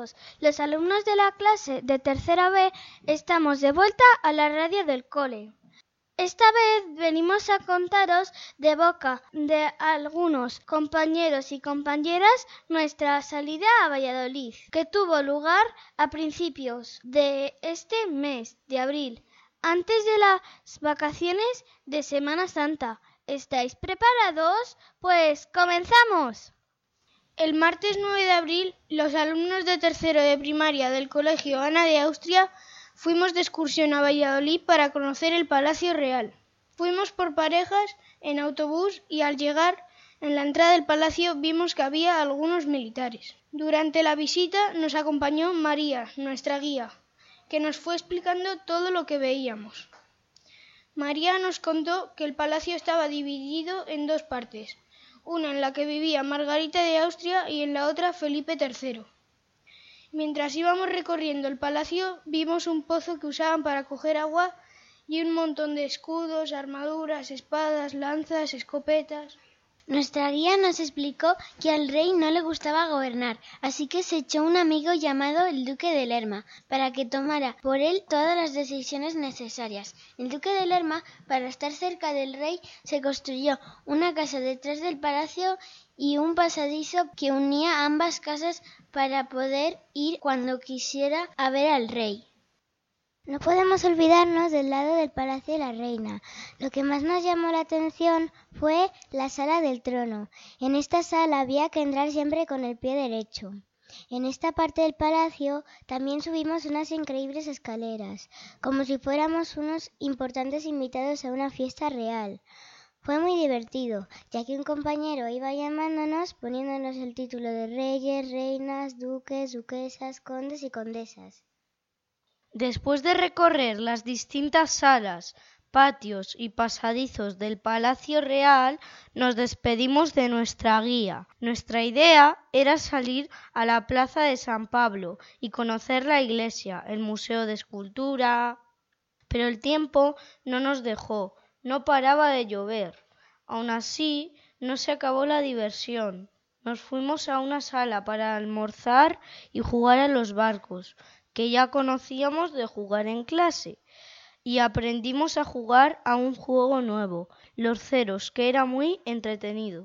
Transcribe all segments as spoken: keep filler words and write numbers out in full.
todos. Los alumnos de la clase de tercera B estamos de vuelta a la radio del cole. Esta vez venimos a contaros de boca de algunos compañeros y compañeras nuestra salida a Valladolid, que tuvo lugar a principios de este mes de abril, antes de las vacaciones de Semana Santa. ¿Estáis preparados? Pues ¡comenzamos! El martes nueve de abril, los alumnos de tercero de primaria del Colegio Ana de Austria fuimos de excursión a Valladolid para conocer el Palacio Real. Fuimos por parejas en autobús y al llegar en la entrada del palacio vimos que había algunos militares. Durante la visita nos acompañó María, nuestra guía, que nos fue explicando todo lo que veíamos. María nos contó que el palacio estaba dividido en dos partes, una en la que vivía Margarita de Austria y en la otra Felipe tercero. Mientras íbamos recorriendo el palacio, vimos un pozo que usaban para coger agua y un montón de escudos, armaduras, espadas, lanzas, escopetas. Nuestra guía nos explicó que al rey no le gustaba gobernar, así que se echó un amigo llamado el Duque de Lerma para que tomara por él todas las decisiones necesarias. El Duque de Lerma, para estar cerca del rey, se construyó una casa detrás del palacio y un pasadizo que unía ambas casas para poder ir cuando quisiera a ver al rey. No podemos olvidarnos del lado del Palacio de la Reina. Lo que más nos llamó la atención fue la sala del trono. En esta sala había que entrar siempre con el pie derecho. En esta parte del palacio también subimos unas increíbles escaleras, como si fuéramos unos importantes invitados a una fiesta real. Fue muy divertido, ya que un compañero iba llamándonos, poniéndonos el título de reyes, reinas, duques, duquesas, condes y condesas. Después de recorrer las distintas salas, patios y pasadizos del Palacio Real, nos despedimos de nuestra guía. Nuestra idea era salir a la Plaza de San Pablo y conocer la iglesia, el Museo de Escultura. Pero el tiempo no nos dejó, no paraba de llover. Aún así, no se acabó la diversión. Nos fuimos a una sala para almorzar y jugar a los barcos, que ya conocíamos de jugar en clase, y aprendimos a jugar a un juego nuevo, los ceros, que era muy entretenido.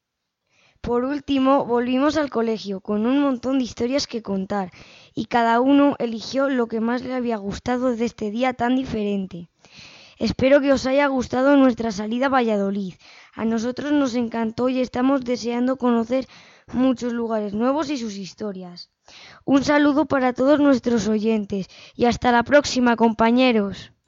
Por último, volvimos al colegio con un montón de historias que contar, y cada uno eligió lo que más le había gustado de este día tan diferente. Espero que os haya gustado nuestra salida a Valladolid. A nosotros nos encantó y estamos deseando conocer muchos lugares nuevos y sus historias. Un saludo para todos nuestros oyentes y hasta la próxima, compañeros.